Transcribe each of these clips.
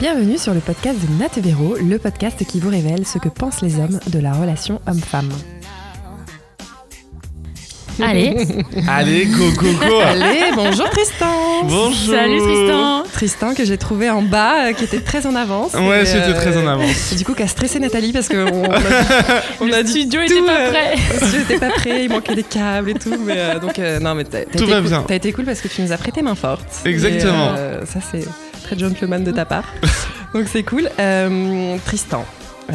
Bienvenue sur le podcast de Nat Véro, le podcast qui vous révèle ce que pensent les hommes de la relation homme-femme. Allez, go. Allez, bonjour Tristan. Bonjour. Salut Tristan. Tristan que j'ai trouvé en bas, qui était très en avance. Ouais, j'étais très en avance. Et du coup, qui a stressé Nathalie parce que Le studio était pas prêt. Le studio était pas prêt, il manquait des câbles et tout. Mais non, mais Tout va bien. T'as été cool parce que tu nous as prêté main forte. Exactement. Et, ça, c'est très gentleman de ta part. Donc c'est cool. Tristan.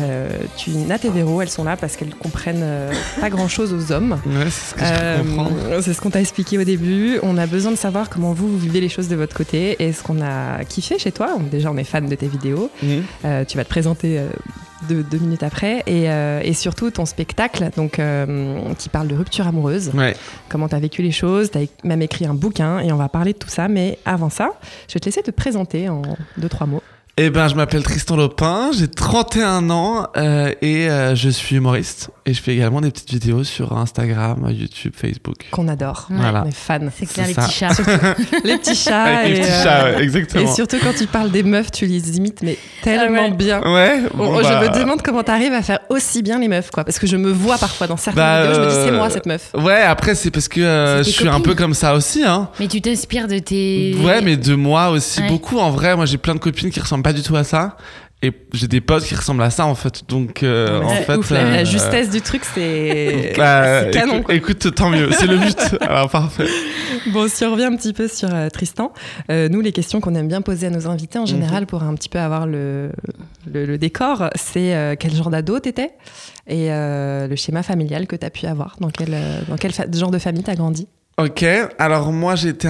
Nat et Véro, elles sont là parce qu'elles comprennent pas grand chose aux hommes. Ouais, c'est ce que je comprends. C'est ce qu'on t'a expliqué au début. On a besoin de savoir comment vous vivez les choses de votre côté et ce qu'on a kiffé chez toi. Déjà, on est fan de tes vidéos. Tu vas te présenter deux minutes après et surtout ton spectacle donc, qui parle de rupture amoureuse. Ouais. Comment t'as vécu les choses. T'as même écrit un bouquin et on va parler de tout ça. Mais avant ça, je vais te laisser te présenter en 2-3 mots. Eh ben, je m'appelle Tristan Lopin, j'ai 31 ans et je suis humoriste. Et je fais également des petites vidéos sur Instagram, YouTube, Facebook. Qu'on adore. Ouais. Voilà. On est fans. C'est clair, C'est les petits chats. Les petits chats. Avec les petits chats, ouais, Et exactement. surtout quand tu parles des meufs, tu les imites mais tellement bien. Ouais. Je me demande comment t'arrives à faire aussi bien les meufs, quoi. Parce que je me vois parfois dans certaines vidéos, je me dis c'est moi cette meuf. Ouais, après c'est parce que je suis un peu comme ça aussi, hein. Mais tu t'inspires de tes... Ouais, mais de moi aussi Ouais. beaucoup. En vrai, moi j'ai plein de copines qui ressemblent pas du tout à ça. Et j'ai des potes qui ressemblent à ça en fait. Donc en fait. Ouf, la justesse du truc, c'est canon, quoi. Écoute, tant mieux, c'est le but. Alors parfait. Bon, si on revient un petit peu sur Tristan, nous, les questions qu'on aime bien poser à nos invités en général pour un petit peu avoir le décor, c'est quel genre d'ado t'étais et le schéma familial que t'as pu avoir. Dans quel genre de famille t'as grandi? Ok, alors moi j'étais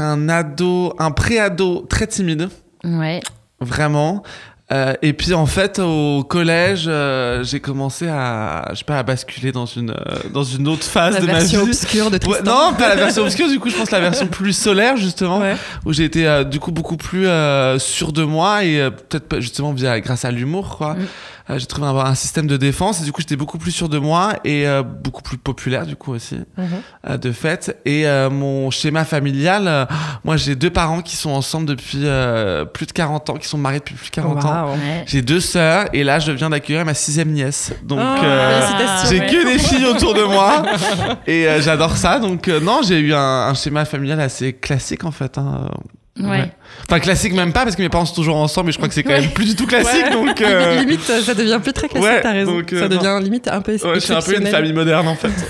un pré-ado très timide, Ouais. vraiment. Et puis en fait au collège j'ai commencé à basculer dans une autre phase de ma vie. La version obscure de Tristan. Ouais, non, pas la version obscure, du coup je pense la version plus solaire justement, Ouais. où j'ai été du coup beaucoup plus sûr de moi et peut-être justement grâce à l'humour quoi. J'ai trouvé un système de défense et du coup j'étais beaucoup plus sûr de moi et beaucoup plus populaire du coup aussi de fait. Et mon schéma familial, moi j'ai 2 parents qui sont ensemble depuis plus de 40 ans, qui sont mariés depuis plus de 40 ans. Wow. Ouais. J'ai 2 sœurs et là je viens d'accueillir ma 6e nièce. Donc félicitations. j'ai Ouais. que des filles autour de moi et j'adore ça. Donc non, j'ai eu un schéma familial assez classique en fait. Ouais. Enfin classique même pas parce que mes parents sont toujours ensemble et je crois que c'est quand même plus du tout classique. Ouais. Donc Limite, ça devient plus très classique, ouais, t'as raison. donc, Ça devient limite un peu ouais, je suis un peu une exceptionnel. famille moderne en fait.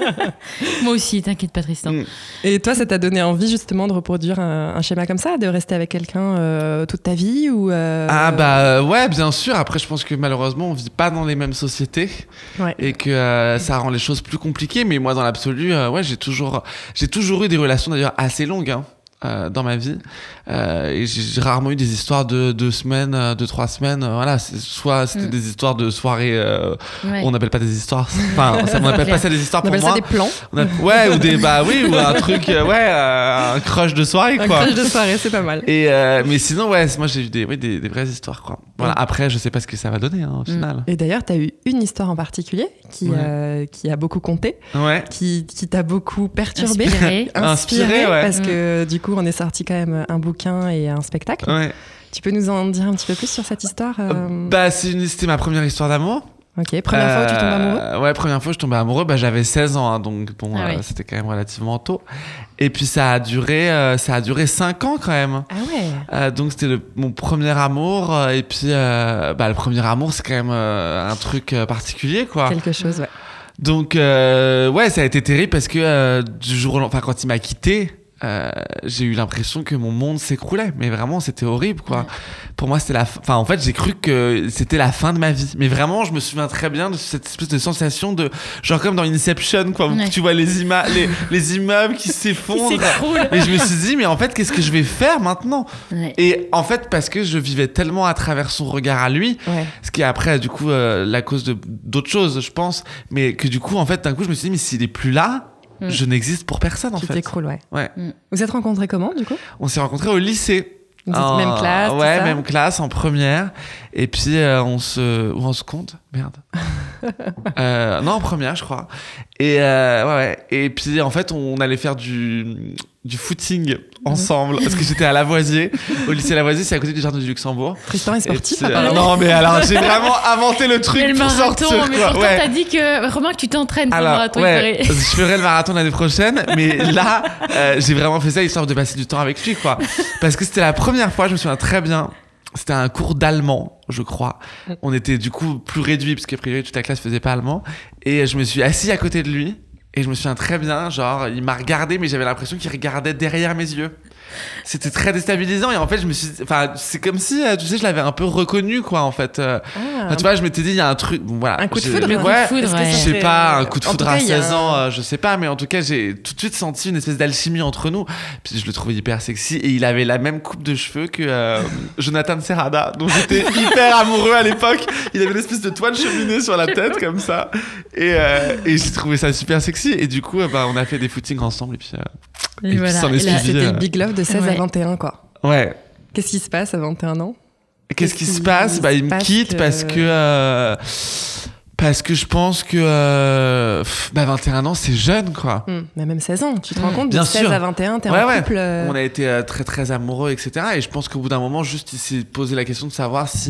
Moi aussi, t'inquiète pas Tristan. Et toi, ça t'a donné envie justement de reproduire un schéma comme ça, de rester avec quelqu'un toute ta vie ou Ah bah ouais, bien sûr. Après, je pense que malheureusement, on vit pas dans les mêmes sociétés Ouais. et que ça rend les choses plus compliquées. Mais moi, dans l'absolu, ouais, j'ai toujours eu des relations d'ailleurs assez longues. Dans ma vie et j'ai rarement eu des histoires de 2 semaines, 3 semaines, voilà, c'était des histoires de soirée, Ouais. on n'appelle pas des histoires, enfin on n'appelle pas ça des histoires On pour appelle moi, ça des plans. ouais, ou ou un truc un crush de soirée Un quoi. crush de soirée, c'est pas mal. Et mais sinon ouais, moi j'ai eu des vraies histoires quoi. Voilà, après je sais pas ce que ça va donner au final. Et d'ailleurs, t'as eu une histoire en particulier qui a beaucoup compté, Ouais. qui t'a beaucoup perturbé, Inspiré. Ouais. parce que du coup, on est sorti quand même un bouquin et un spectacle. Ouais. Tu peux nous en dire un petit peu plus sur cette histoire Bah c'était ma première histoire d'amour. Ok, première fois où tu tombes amoureux. Ouais, première fois où je tombais amoureux, bah, j'avais 16 ans, hein, donc bon, Ah oui. c'était quand même relativement tôt. Et puis ça a duré 5 ans quand même. Ah ouais. Donc c'était mon premier amour, et puis le premier amour c'est quand même un truc particulier quoi. Quelque chose, ouais. Donc ouais, ça a été terrible parce que du jour au lendemain, quand il m'a quitté, j'ai eu l'impression que mon monde s'écroulait, mais vraiment c'était horrible quoi. Ouais. Pour moi c'était en fait j'ai cru que c'était la fin de ma vie, mais vraiment je me souviens très bien de cette espèce de sensation de genre comme dans Inception quoi, où Ouais. tu vois les immeubles qui s'effondrent, s'écroulent. et je me suis dit mais en fait qu'est-ce que je vais faire maintenant? Ouais. Et en fait parce que je vivais tellement à travers son regard à lui, Ouais. ce qui est après du coup la cause d'autres choses je pense, mais que du coup en fait d'un coup je me suis dit mais s'il est plus là, je n'existe pour personne en Tu fait. t'écroules, ouais. Ouais. Vous êtes rencontrés comment, du coup? On s'est rencontrés au lycée. Vous êtes même classe, tout Ouais, ça même classe, en première. Et puis on se compte, merde. Non, en première, je crois. Et ouais. Et puis en fait, on allait faire du footing ensemble parce que j'étais à Lavoisier, au lycée Lavoisier, c'est à côté du jardin du Luxembourg. Tristan est sportif. Non, mais alors j'ai vraiment inventé le truc pour marathon, sortir. Mais quoi. pourtant, t'as dit que Romain, que tu t'entraînes pour le marathon. Ouais, je ferai le marathon l'année prochaine, mais là, j'ai vraiment fait ça histoire de passer du temps avec lui, quoi. Parce que c'était la première fois, je me souviens très bien. C'était un cours d'allemand, je crois. On était du coup plus réduits parce qu'a priori toute la classe faisait pas allemand. Et je me suis assis à côté de lui. Et je me souviens très bien, genre, il m'a regardé, mais j'avais l'impression qu'il regardait derrière mes yeux. C'était très déstabilisant et en fait, c'est comme si, tu sais, je l'avais un peu reconnu, quoi, en fait. Tu vois, je m'étais dit, il y a un truc, bon, voilà. Un coup de foudre. Je sais pas, un coup de foudre à 16 ans, je sais pas, mais en tout cas, j'ai tout de suite senti une espèce d'alchimie entre nous. Puis je le trouvais hyper sexy et il avait la même coupe de cheveux que Jonathan Serrada, dont j'étais hyper amoureux à l'époque. Il avait une espèce de toile cheminée sur la tête, comme ça. Et j'ai trouvé ça super sexy. Et du coup, on a fait des footings ensemble et puis voilà. C'était le big love de 16 à 21, quoi. Ouais. Qu'est-ce qui se passe à 21 ans? Qu'est-ce qui se passe? Il me quitte parce que je pense que 21 ans, c'est jeune, quoi. Mais même 16 ans, tu te rends compte, de Bien 16 sûr. à 21, t'es en couple. On a été très très amoureux, etc. Et je pense qu'au bout d'un moment, juste, il s'est posé la question de savoir si...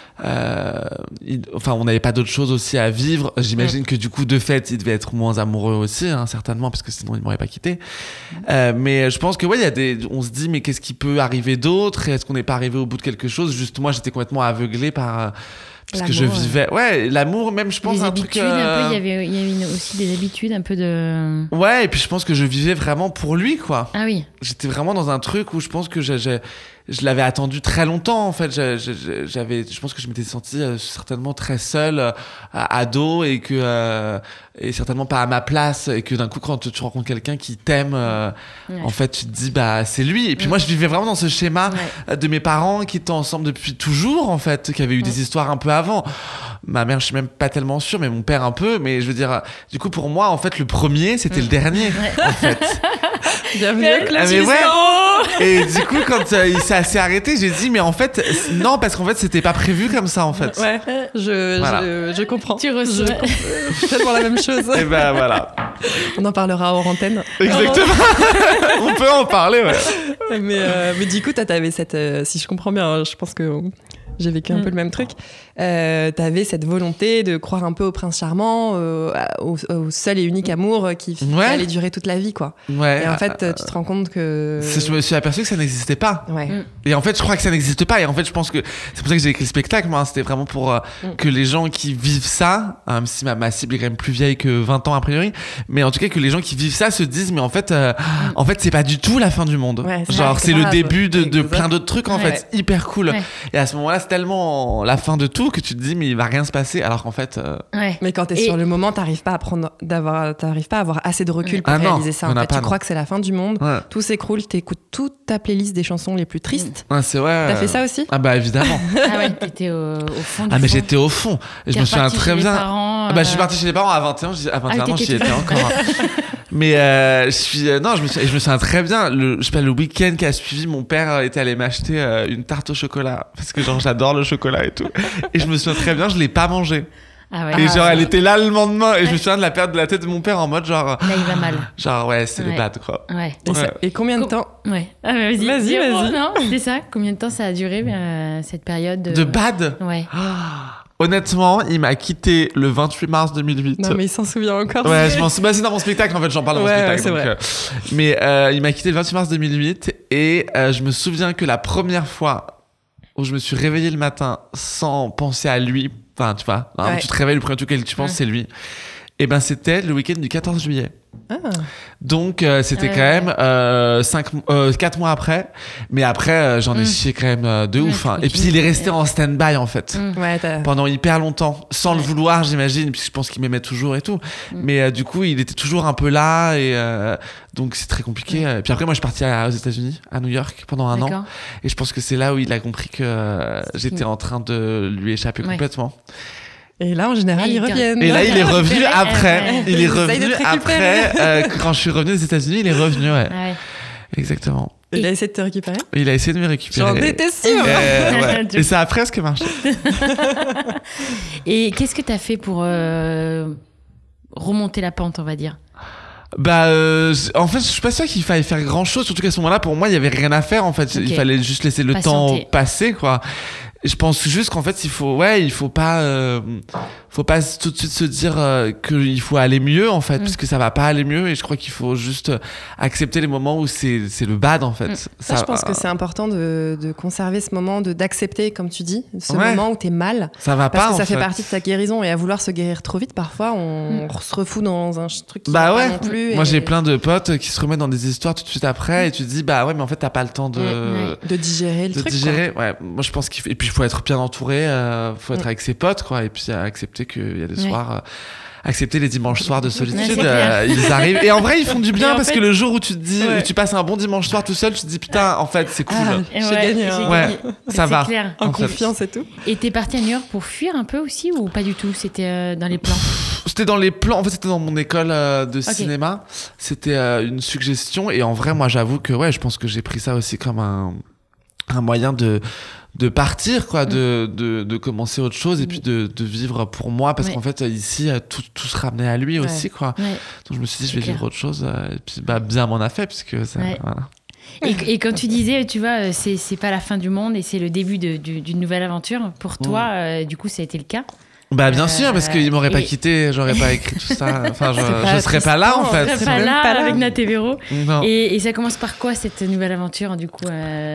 on n'avait pas d'autres choses aussi à vivre. J'imagine que du coup, de fait, il devait être moins amoureux aussi, hein, certainement, parce que sinon, il m'aurait pas quitté. Mais je pense que on se dit, mais qu'est-ce qui peut arriver d'autre? Et est-ce qu'on n'est pas arrivé au bout de quelque chose? Juste, moi, j'étais complètement aveuglé par... parce que je vivais... l'amour, même, je pense, les un habitudes, truc... un peu, il y avait aussi des habitudes, un peu de... Ouais, et puis je pense que je vivais vraiment pour lui, quoi. Ah oui. J'étais vraiment dans un truc où je pense que je l'avais attendu très longtemps, en fait. Je pense que je m'étais senti certainement très seul, ado, et et certainement pas à ma place, et que d'un coup, quand tu rencontres quelqu'un qui t'aime, en fait, tu te dis, c'est lui. Et puis moi, je vivais vraiment dans ce schéma de mes parents qui étaient ensemble depuis toujours, en fait, qui avaient eu des histoires un peu avant. Ma mère, je suis même pas tellement sûre, mais mon père un peu. Mais je veux dire, du coup, pour moi, en fait, le premier, c'était le dernier, en fait. Bienvenue avec la Et du coup, quand ça s'est arrêté, j'ai dit, mais en fait, non, parce qu'en fait, c'était pas prévu comme ça, en fait. Ouais, je comprends. Tu reçois. Tellement la même chose. Et voilà. On en parlera hors antenne. Exactement. On peut en parler, ouais. Mais du coup, t'avais cette... si je comprends bien, hein, je pense que... J'ai vécu un peu le même truc. T'avais cette volonté de croire un peu au prince charmant, au seul et unique amour qui allait durer toute la vie, quoi. Ouais. Et en fait, tu te rends compte que... Je me suis aperçu que ça n'existait pas. Ouais. Et en fait, je crois que ça n'existe pas. Et en fait, je pense que c'est pour ça que j'ai écrit le spectacle. Moi, c'était vraiment pour que les gens qui vivent ça, même si ma cible est quand même plus vieille que 20 ans a priori, mais en tout cas que les gens qui vivent ça se disent, mais en fait, c'est pas du tout la fin du monde. Ouais, genre, c'est le début de plein d'autres trucs, en fait, hyper cool. Ouais. Et à ce moment-là, c'est tellement la fin de tout que tu te dis, mais il va rien se passer. Alors qu'en fait. Mais quand t'es sur le moment, t'arrives pas à avoir assez de recul pour réaliser ça. En fait, tu crois que c'est la fin du monde, tout s'écroule, t'écoutes toute ta playlist des chansons les plus tristes. Ouais, c'est vrai. T'as fait ça aussi? Ah bah évidemment. Ah ouais, t'étais au fond du mais fond. j'étais au fond. Et je me souviens très bien. Je suis parti chez les parents à 21 ans, j'y étais encore. Mais je me souviens très bien. Le week-end qui a suivi, mon père était allé m'acheter une tarte au chocolat parce que genre j'adore le chocolat et tout. Et je me souviens très bien, je l'ai pas mangé. Ah ouais. Et genre elle était là le lendemain et je me souviens de la perte de la tête de mon père en mode genre. Là il va mal. Genre c'est le bad quoi. Ouais. Et combien de temps? Ouais. Ah vas-y. Non, c'est ça. Combien de temps ça a duré cette période de bad? Ouais. Honnêtement, il m'a quitté le 28 mars 2008. Non, mais il s'en souvient encore. Ouais, je m'en souviens. C'est dans mon spectacle, en fait, j'en parle dans mon spectacle. Ouais, c'est vrai. Mais il m'a quitté le 28 mars 2008 et je me souviens que la première fois où je me suis réveillé le matin sans penser à lui, enfin, tu vois, tu te réveilles, le premier truc auquel tu penses, c'est lui. Et c'était le week-end du 14 juillet. Donc c'était quand même 4 mois après, mais après j'en ai chié quand même de ouf. Et puis il est resté en stand-by en fait pendant hyper longtemps, sans le vouloir j'imagine, puisque je pense qu'il m'aimait toujours et tout. Mais du coup il était toujours un peu là et donc c'est très compliqué. Et puis après moi je suis parti aux États-Unis, à New York pendant un an, et je pense que c'est là où il a compris que j'étais en train de lui échapper complètement. Et là, en général, ils reviennent. Et là, il est revenu après. Il est revenu après. Quand je suis revenu des États-Unis, il est revenu, ouais. Exactement. Il a essayé de te récupérer? Il a essayé de me récupérer. J'en étais sûre. Ouais. Et ça a presque marché. Et qu'est-ce que tu as fait pour remonter la pente, on va dire? En fait, je suis pas sûr qu'il fallait faire grand chose. Surtout qu'à ce moment-là, pour moi, il y avait rien à faire. En fait, il fallait juste laisser le temps passer, quoi. Je pense juste qu'en fait, il faut pas tout de suite se dire qu'il faut aller mieux, en fait, parce que ça va pas aller mieux. Et je crois qu'il faut juste accepter les moments où c'est le bad, en fait. Ça, je pense que c'est important de conserver ce moment, d'accepter, comme tu dis, ce moment où t'es mal. Ça va parce pas, que ça en fait fait partie de ta guérison. Et à vouloir se guérir trop vite, parfois, on se refout dans un truc qui va pas non plus. Moi, j'ai plein de potes qui se remettent dans des histoires tout de suite après, et tu te dis, mais en fait, t'as pas le temps de digérer le truc. Ouais. Moi, je pense et puis, il faut être bien entouré, faut être avec ses potes, quoi, et puis accepter qu'il y a des soirs, accepter les dimanches soirs de solitude, ils arrivent, et en vrai ils font du bien, parce que le jour où tu te dis, où tu passes un bon dimanche soir tout seul, tu te dis putain, en fait c'est cool, j'ai gagné, ça va, clair. En confiance et tout. Et t'es partie à New York pour fuir un peu aussi, ou pas du tout? C'était dans les plans? C'était dans les plans, en fait c'était dans mon école de cinéma, c'était une suggestion, et en vrai moi j'avoue que je pense que j'ai pris ça aussi comme un moyen de partir, quoi, de commencer autre chose, et puis de vivre pour moi, parce qu'en fait ici tout se ramenait à lui aussi, quoi. Donc je me suis dit, je vais vivre autre chose, et puis bien m'en a fait, puisque ça, voilà. Et quand tu disais, tu vois, c'est pas la fin du monde et c'est le début d'une nouvelle aventure, pour toi, du coup ça a été le cas? Bien sûr, parce qu'il m'aurait pas quitté, j'aurais pas écrit tout ça. Enfin, je serais pas là, en fait. Je serais pas là avec Nat et Véro. Et ça commence par quoi, cette nouvelle aventure, du coup?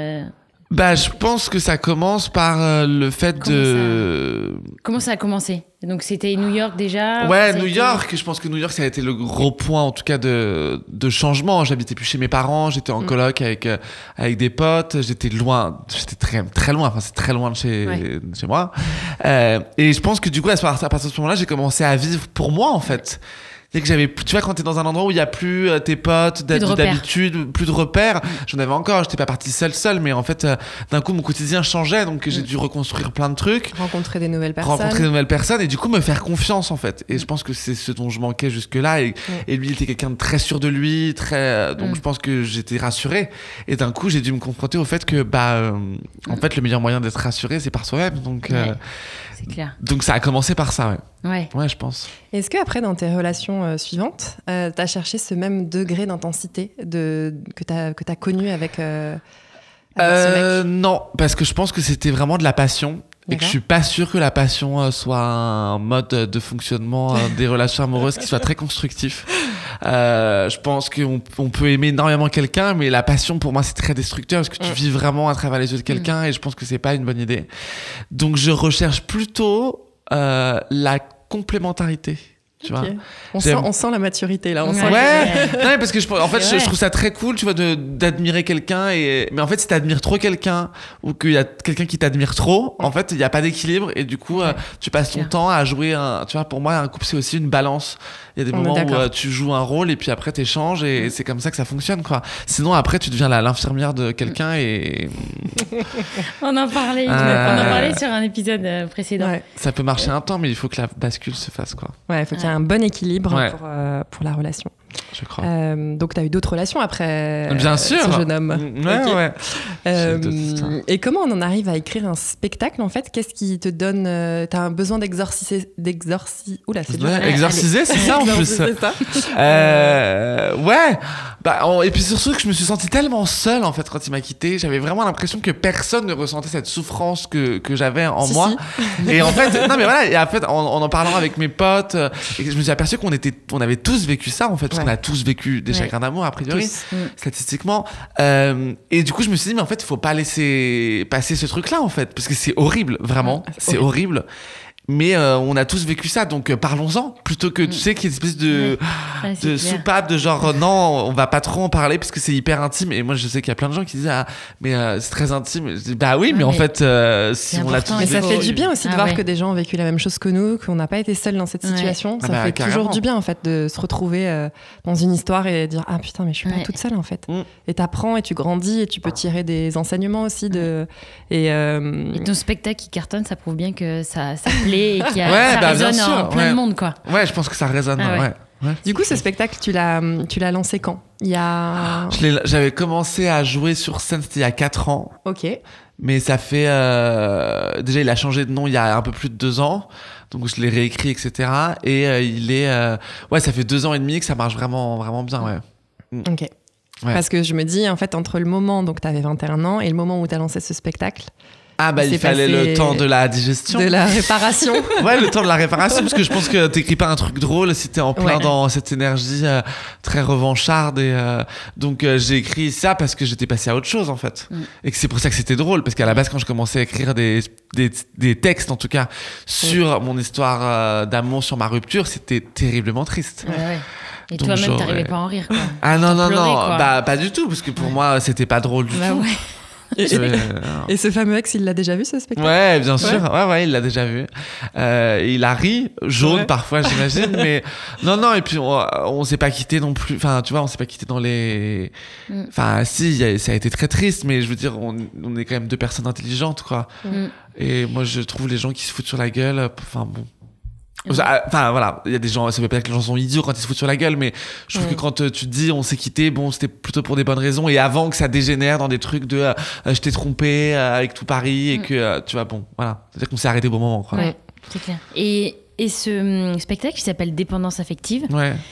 Je pense que ça commence par le fait Comment ça a commencé? Donc c'était New York déjà? New York. Je pense que New York, ça a été le gros point, en tout cas, de changement. J'habitais plus chez mes parents, j'étais en coloc avec des potes, j'étais très, très loin. Enfin, c'est très loin de chez moi. Et je pense que du coup, à partir de ce moment-là, j'ai commencé à vivre pour moi, en fait. C'est que tu vois, quand t'es dans un endroit où il y a plus tes potes d'habitude, plus de repères, j'en avais encore, j'étais pas partie seule, mais en fait, d'un coup, mon quotidien changeait, donc j'ai dû reconstruire plein de trucs. Rencontrer des nouvelles personnes, et du coup, me faire confiance, en fait. Et je pense que c'est ce dont je manquais jusque-là, et lui, il était quelqu'un de très sûr de lui, donc je pense que j'étais rassuré. Et d'un coup, j'ai dû me confronter au fait que, en fait, le meilleur moyen d'être rassuré, c'est par soi-même, donc... C'est clair. Donc ça a commencé par ça, ouais, je pense. Est-ce qu'après, dans tes relations suivantes, t'as cherché ce même degré d'intensité que t'as connu avec ce mec? Non, parce que je pense que c'était vraiment de la passion. Et que je suis pas sûr que la passion soit un mode de fonctionnement des relations amoureuses qui soit très constructif. Je pense qu'on peut aimer énormément quelqu'un, mais la passion pour moi c'est très destructeur, parce que tu vis vraiment à travers les yeux de quelqu'un, et je pense que c'est pas une bonne idée. Donc je recherche plutôt la complémentarité. Tu vois, on sent la maturité là. Non, parce que je trouve ça très cool, tu vois, d'admirer quelqu'un, mais en fait, si t'admires trop quelqu'un, ou qu'il y a quelqu'un qui t'admire trop, en fait, il y a pas d'équilibre, et du coup, tu passes ton temps à jouer tu vois, pour moi, un couple, c'est aussi une balance. Il y a des moments où tu joues un rôle, et puis après, t'échanges, et c'est comme ça que ça fonctionne, quoi. Sinon, après, tu deviens l'infirmière de quelqu'un, et... On en parlait sur un épisode précédent. Ça peut marcher un temps, mais il faut que la bascule se fasse, quoi. Il faut qu'il y ait un bon équilibre pour la relation. Je crois. Donc, tu as eu d'autres relations après Bien sûr. ce jeune homme. Ouais. Et comment on en arrive à écrire un spectacle, en fait? Qu'est-ce qui te donne... tu as un besoin d'exorciser... Oula, c'est dur. Exorciser, c'est ça en plus. C'est ça. Et puis surtout que je me suis senti tellement seule, en fait, quand il m'a quitté. J'avais vraiment l'impression que personne ne ressentait cette souffrance que j'avais en moi. Et en fait, et en fait, en parlant avec mes potes, je me suis aperçu qu'on avait tous vécu ça, en fait, parce qu'on a tous vécu des chagrins d'amour, a priori, statistiquement. Et du coup, je me suis dit, mais en fait, il faut pas laisser passer ce truc-là, en fait, parce que c'est horrible, vraiment. C'est horrible. Mais on a tous vécu ça, donc parlons-en, plutôt que tu sais qu'il y a une espèce de soupape de genre non, on va pas trop en parler parce que c'est hyper intime. Et moi je sais qu'il y a plein de gens qui disent mais c'est très intime. Je dis, mais en fait si on l'a tous mais vécu, ça fait du bien aussi de voir que des gens ont vécu la même chose que nous, qu'on n'a pas été seuls dans cette situation. Ça fait toujours du bien en fait de se retrouver dans une histoire et dire putain, mais je suis pas toute seule en fait. Et t'apprends et tu grandis et tu peux tirer des enseignements aussi et ton spectacle qui cartonne, ça prouve bien que ça plaît parlé et ça résonne en plein de monde, quoi. Ouais, je pense que ça résonne, ouais. Du coup, ce spectacle, tu l'as lancé quand? J'avais commencé à jouer sur scène, c'était il y a 4 ans. Ok. Mais ça fait... déjà, il a changé de nom il y a un peu plus de 2 ans. Donc, je l'ai réécrit, etc. Et il est... ça fait 2 ans et demi que ça marche vraiment, vraiment bien, ouais. Ok. Ouais. Parce que je me dis, en fait, entre le moment, donc tu avais 21 ans, et le moment où tu as lancé ce spectacle... il fallait le temps de la digestion. De la réparation. Ouais, le temps de la réparation, parce que je pense que t'écris pas un truc drôle si t'es en plein dans cette énergie très revancharde. Donc j'ai écrit ça parce que j'étais passé à autre chose, en fait. Et que c'est pour ça que c'était drôle, parce qu'à la base, quand je commençais à écrire des textes, en tout cas, sur mon histoire d'amour, sur ma rupture, c'était terriblement triste. Ouais. Et donc, toi-même, t'arrivais pas à en rire, quoi. Ah non, pas du tout, parce que pour moi, c'était pas drôle du tout. Et ce fameux ex, il l'a déjà vu, ce spectacle? Ouais, bien sûr. Ouais, il l'a déjà vu. Il a ri, jaune parfois, j'imagine, mais non. Et puis on s'est pas quitté non plus. Enfin, tu vois, on s'est pas quitté dans les. Enfin, si, ça a été très triste, mais je veux dire, on est quand même 2 personnes intelligentes, quoi. Et moi, je trouve les gens qui se foutent sur la gueule. Enfin bon. Enfin voilà, il y a des gens, ça veut pas dire que les gens sont idiots quand ils se foutent sur la gueule, mais je trouve que quand tu te dis on s'est quitté, bon c'était plutôt pour des bonnes raisons, et avant que ça dégénère dans des trucs de je t'ai trompé avec tout Paris, et que tu vois, bon voilà, c'est-à-dire qu'on s'est arrêté au bon moment, quoi. Ouais, c'est clair. Et ce spectacle qui s'appelle Dépendance affective,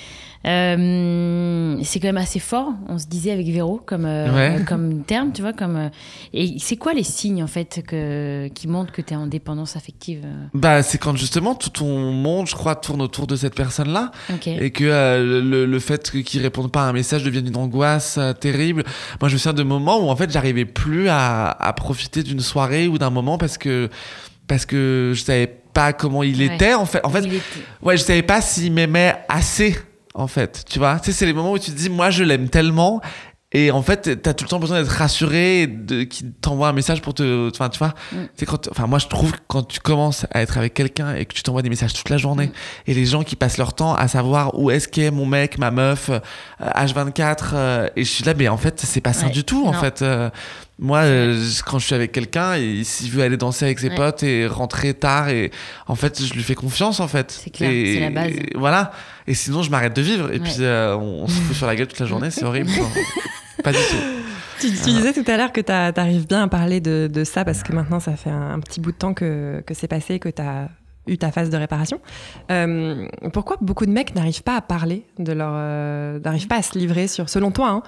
c'est quand même assez fort, on se disait avec Véro, comme terme, tu vois, et c'est quoi les signes en fait qui montrent que t'es en dépendance affective? C'est quand justement tout ton monde, je crois, tourne autour de cette personne-là, et que le fait qu'il réponde pas à un message devienne une angoisse terrible. Moi, je me souviens de moments où en fait j'arrivais plus à profiter d'une soirée ou d'un moment parce que je savais pas comment il était, en fait, je savais pas s'il m'aimait assez. En fait, tu vois, c'est les moments où tu te dis, moi, je l'aime tellement, et en fait, t'as tout le temps besoin d'être rassuré, qu'il t'envoie un message pour enfin, tu vois, c'est moi, je trouve que quand tu commences à être avec quelqu'un et que tu t'envoies des messages toute la journée, et les gens qui passent leur temps à savoir où est-ce qu'est mon mec, ma meuf, H24, et je suis là, mais en fait, c'est pas sain du tout, en fait. Moi, quand je suis avec quelqu'un, s'il veut aller danser avec ses potes et rentrer tard, et en fait, je lui fais confiance, en fait. C'est clair, c'est la base. Et voilà. Et sinon, je m'arrête de vivre. Et puis, on se fout sur la gueule toute la journée, c'est horrible. Pas du tout. Tu disais tout à l'heure que t'arrives bien à parler de ça, parce que maintenant, ça fait un petit bout de temps que c'est passé, que t'as eu ta phase de réparation. Pourquoi beaucoup de mecs n'arrivent pas à parler n'arrivent pas à se livrer selon toi,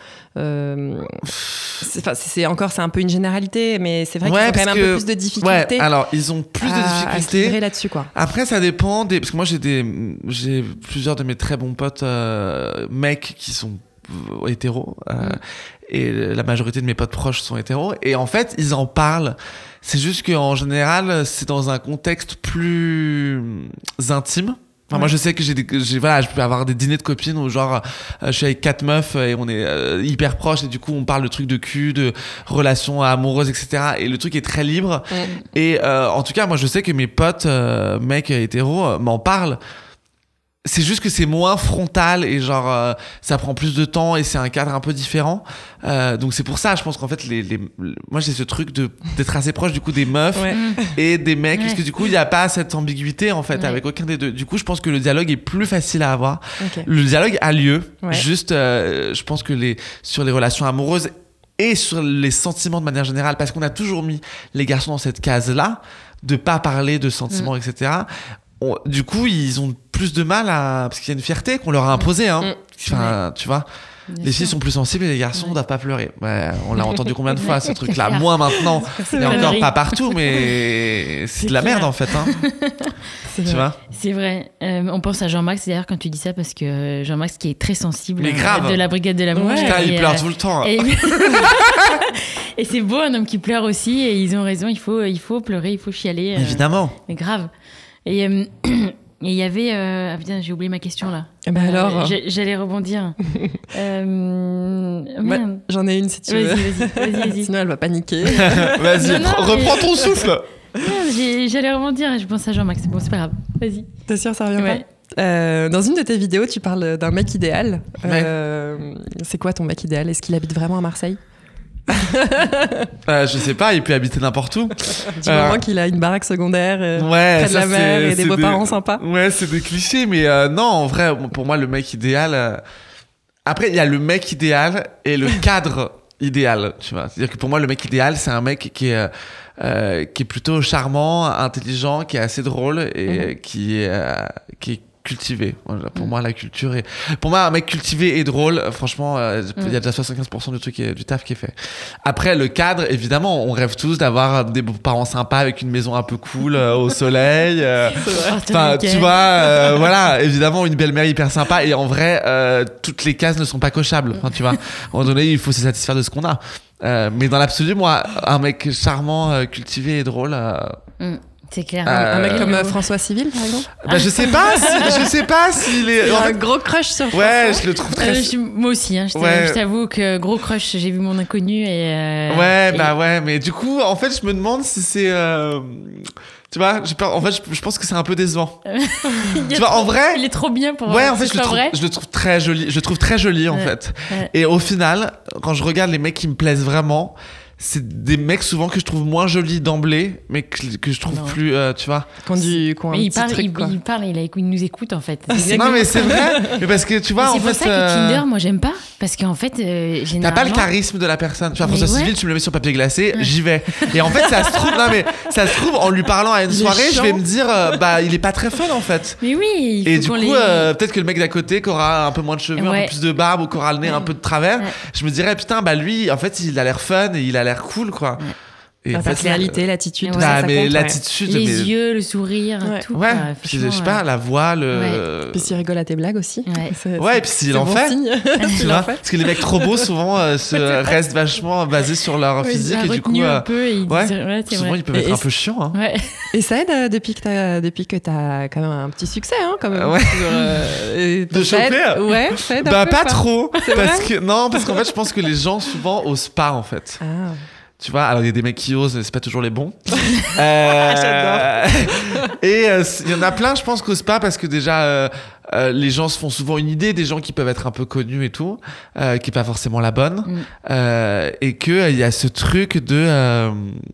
c'est un peu une généralité, mais c'est vrai qu'ils ont quand même un peu plus de difficultés. Alors ils ont plus de difficultés à se livrer là-dessus, quoi. Après, ça dépend parce que moi j'ai plusieurs de mes très bons potes mecs qui sont hétéros, et la majorité de mes potes proches sont hétéros, et en fait ils en parlent. C'est juste qu'en général, c'est dans un contexte plus intime. Enfin, moi, je sais que je peux avoir des dîners de copines où genre, je suis avec 4 meufs et on est hyper proches, et du coup, on parle de trucs de cul, de relations amoureuses, etc. Et le truc est très libre. Et en tout cas, moi, je sais que mes potes mecs hétéros m'en parlent. C'est juste que c'est moins frontal, et genre ça prend plus de temps, et c'est un cadre un peu différent, donc c'est pour ça, je pense qu'en fait moi j'ai ce truc d'être assez proche du coup des meufs et des mecs, parce que du coup il n'y a pas cette ambiguïté en fait avec aucun des deux. Du coup je pense que le dialogue est plus facile à avoir. Le dialogue a lieu, juste je pense que sur les relations amoureuses et sur les sentiments de manière générale, parce qu'on a toujours mis les garçons dans cette case là de pas parler de sentiments, etc. Du coup, ils ont plus de mal parce qu'il y a une fierté qu'on leur a imposée, Enfin, tu vois. Les filles sont plus sensibles et les garçons ne doivent pas pleurer. Ouais, on l'a entendu combien de fois, ce truc-là. Moi, maintenant, et encore pas partout, mais c'est de la merde, en fait. Tu vois ? C'est vrai. On pense à Jean-Max, d'ailleurs, quand tu dis ça, parce que Jean-Max, qui est très sensible de la Brigade de l'amour. Putain, il pleure tout le temps. Et c'est beau, un homme qui pleure aussi, et ils ont raison, il faut pleurer, il faut chialer. Évidemment. Mais grave. Et il y avait... Ah putain, j'ai oublié ma question, là. Alors j'allais rebondir. Merde. J'en ai une, si tu veux. Vas-y. Sinon, elle va paniquer. Vas-y, reprends ton souffle. J'allais rebondir, je pense à Jean-Max. Bon, c'est pas grave. Vas-y. T'es sûr, ça revient pas ? Dans une de tes vidéos, tu parles d'un mec idéal. C'est quoi ton mec idéal ? Est-ce qu'il habite vraiment à Marseille ? Je sais pas, il peut habiter n'importe où. Du moment qu'il a une baraque secondaire près de la mer et des beaux-parents sympas. Ouais, c'est des clichés, mais non, en vrai, pour moi, le mec idéal... Après, il y a le mec idéal et le cadre idéal, tu vois. C'est-à-dire que pour moi, le mec idéal, c'est un mec qui est plutôt charmant, intelligent, qui est assez drôle et qui est cultivé. Pour moi, la culture est... Pour moi, un mec cultivé et drôle, franchement, il y a déjà 75% du truc du taf qui est fait. Après, le cadre, évidemment, on rêve tous d'avoir des beaux-parents sympas avec une maison un peu cool, au soleil. Enfin, tu vois, voilà, évidemment, une belle-mère hyper sympa. Et en vrai, toutes les cases ne sont pas cochables. Enfin, tu vois, à un moment donné, il faut se satisfaire de ce qu'on a. Mais dans l'absolu, moi, un mec charmant, cultivé et drôle... C'est clair. Un mec comme François Civil, par exemple. Je sais pas s'il est. Un gros crush sur François. Ouais, je le trouve très. Moi aussi, hein, je t'avoue que gros crush, j'ai vu Mon Inconnu et. Ouais, mais du coup, en fait, je me demande si c'est. Tu vois, j'ai peur. En fait, je pense que c'est un peu décevant. Tu vois, en vrai. Il est trop bien pour. Ouais, en fait, je le trouve très joli. Je le trouve très joli, en fait. Et au final, quand je regarde les mecs qui me plaisent vraiment. C'est des mecs souvent que je trouve moins jolis d'emblée, mais que je trouve plus, tu vois. Il nous écoute en fait. Non mais c'est vrai, mais parce que tu vois en fait. C'est pour ça que Tinder, moi j'aime pas, parce qu'en fait, généralement. T'as pas le charisme de la personne. Tu vois, François Civil, tu me le mets sur papier glacé, j'y vais. Et en fait, ça se trouve, en lui parlant à une soirée, je vais me dire, il est pas très fun en fait. Mais oui. Et du coup, peut-être que le mec d'à côté qui aura un peu moins de cheveux, un peu plus de barbe ou qui aura le nez un peu de travers, je me dirais putain, lui, en fait, il a l'air fun et il a l'air cool quoi. Et la personnalité, l'attitude, tout ça compte, l'attitude, les yeux, le sourire, tout. Ouais, puis, je sais pas, la voix, Puis s'il rigole à tes blagues aussi. Ouais, et puis s'il en fait. Tu vois, parce que les mecs trop beaux souvent restent vachement basés sur leur physique et du coup, un peu, souvent ils peuvent être un peu chiants. Hein. Ouais. Et ça aide depuis que t'as quand même un petit succès, hein, quand même. De choper. Ouais, ça aide. Pas trop, parce qu'en fait, je pense que les gens souvent osent pas en fait. Tu vois, alors il y a des mecs qui osent, c'est pas toujours les bons. J'adore. Et il y en a plein, je pense, qui osent pas parce que déjà, les gens se font souvent une idée des gens qui peuvent être un peu connus et tout, qui est pas forcément la bonne. Et qu'il y a ce truc de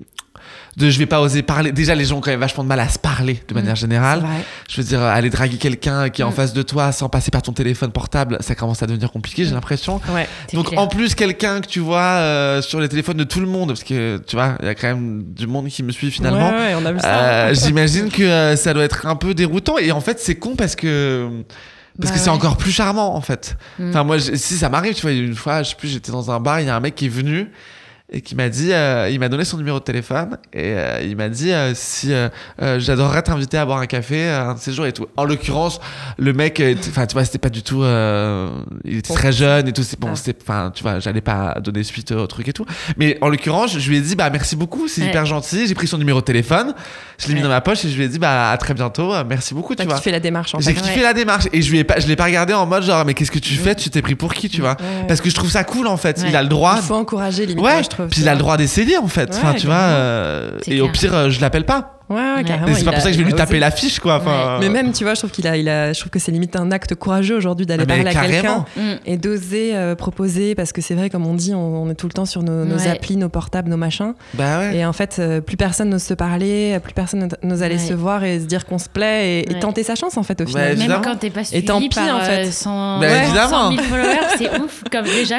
je vais pas oser parler. Déjà, les gens ont quand même vachement de mal à se parler de manière générale. Je veux dire, aller draguer quelqu'un qui est en face de toi sans passer par ton téléphone portable, ça commence à devenir compliqué, j'ai l'impression. Donc, clair. En plus, quelqu'un que tu vois sur les téléphones de tout le monde, parce que tu vois, il y a quand même du monde qui me suit finalement. Ouais, on a vu ça. J'imagine que ça doit être un peu déroutant. Et en fait, c'est con parce que c'est encore plus charmant en fait. Enfin, moi, si ça m'arrive, tu vois, une fois, je sais plus, j'étais dans un bar, il y a un mec qui est venu. Et qui m'a dit, il m'a donné son numéro de téléphone et il m'a dit si j'adorerais t'inviter à boire un café un de ces jours et tout. En l'occurrence, le mec, enfin tu vois, c'était pas du tout, il était très jeune et tout. Enfin tu vois, j'allais pas donner suite au truc et tout. Mais en l'occurrence, je lui ai dit merci beaucoup, c'est hyper gentil. J'ai pris son numéro de téléphone, je l'ai mis dans ma poche et je lui ai dit à très bientôt, merci beaucoup. Tu vois. J'ai kiffé la démarche. J'ai kiffé la démarche et je l'ai pas regardé en mode genre mais qu'est-ce que tu fais, tu t'es pris pour qui, tu vois? Parce que je trouve ça cool en fait. Il a le droit. Il faut encourager limite. Je trouve. Puis il a le droit d'essayer en fait. Enfin, tu vois. Et clair. Au pire, je l'appelle pas. Ouais, carrément. Et c'est pas pour ça que je vais lui taper l'affiche, quoi. Enfin, mais même, tu vois, je trouve je trouve que c'est limite un acte courageux aujourd'hui d'aller parler à quelqu'un et d'oser proposer, parce que c'est vrai, comme on dit, on est tout le temps sur nos applis, nos portables, nos machins. Et en fait, plus personne n'ose se parler, plus personne n'ose aller se voir et se dire qu'on se plaît et tenter sa chance, en fait, au final. Même quand t'es pas suivi tant pis, par en fait. 100 000 followers, c'est ouf, comme déjà.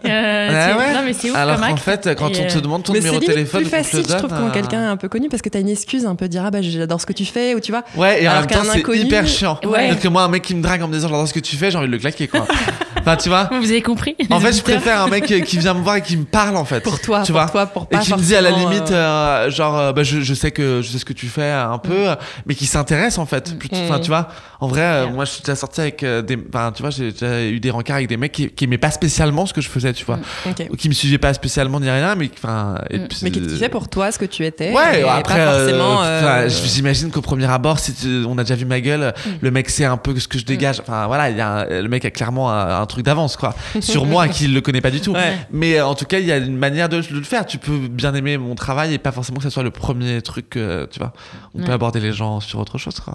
Non, mais c'est ouf. Alors comme qu'en acte. fait, quand on te demande ton numéro de téléphone, c'est plus facile, je trouve, quand quelqu'un est un peu connu, parce que t'as une excuse un peu dire j'adore ce que tu fais, ou tu vois. Ouais, et en même temps c'est hyper chiant. Ouais. Donc moi, un mec qui me drague en me disant j'adore ce que tu fais, j'ai envie de le claquer, quoi. Enfin, tu vois. Vous avez compris. En fait, je préfère un mec qui vient me voir et qui me parle, en fait. Pour toi, tu pour vois. toi, pour pas. Et qui me dit à la limite, genre, je sais ce que tu fais un peu, mais qui s'intéresse, en fait. Enfin, tu vois. En vrai, moi, je suis déjà sorti avec enfin, tu vois, j'ai déjà eu des rencarts avec des mecs qui aimaient pas spécialement ce que je faisais, tu vois. Ou qui me suivaient pas spécialement ni rien, mais enfin. Mais qui kiffaient pour toi ce que tu étais. Ouais, après, pas forcément. J'imagine qu'au premier abord, si on a déjà vu ma gueule, le mec sait un peu ce que je dégage. Enfin, voilà, le mec a clairement un truc d'avance, quoi. Sur moi, qui le connaît pas du tout. Mais en tout cas, il y a une manière de le faire. Tu peux bien aimer mon travail et pas forcément que ce soit le premier truc, tu vois. On peut aborder les gens sur autre chose, quoi.